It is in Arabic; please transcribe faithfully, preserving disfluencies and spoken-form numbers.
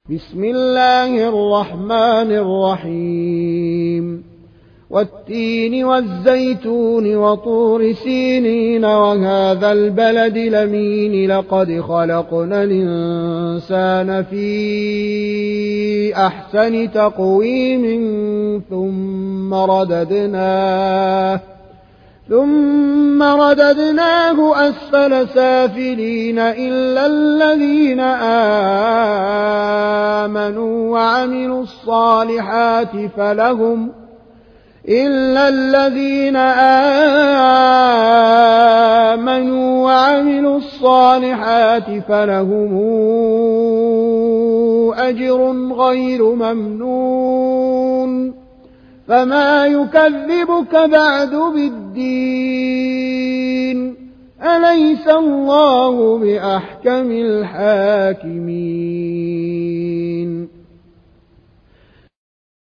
بسم الله الرحمن الرحيم والتين والزيتون وطور سينين وهذا البلد الأمين لقد خلقنا الإنسان في أحسن تقويم ثم رددناه ثم رددناه أسفل سافلين إلا الذين آمنوا وعملوا الصالحات فلهم إلا الذين آمنوا وعملوا الصالحات فلهم أجر غير ممنون فما يكذبك بعد بالدين أليس الله بأحكم الحاكمين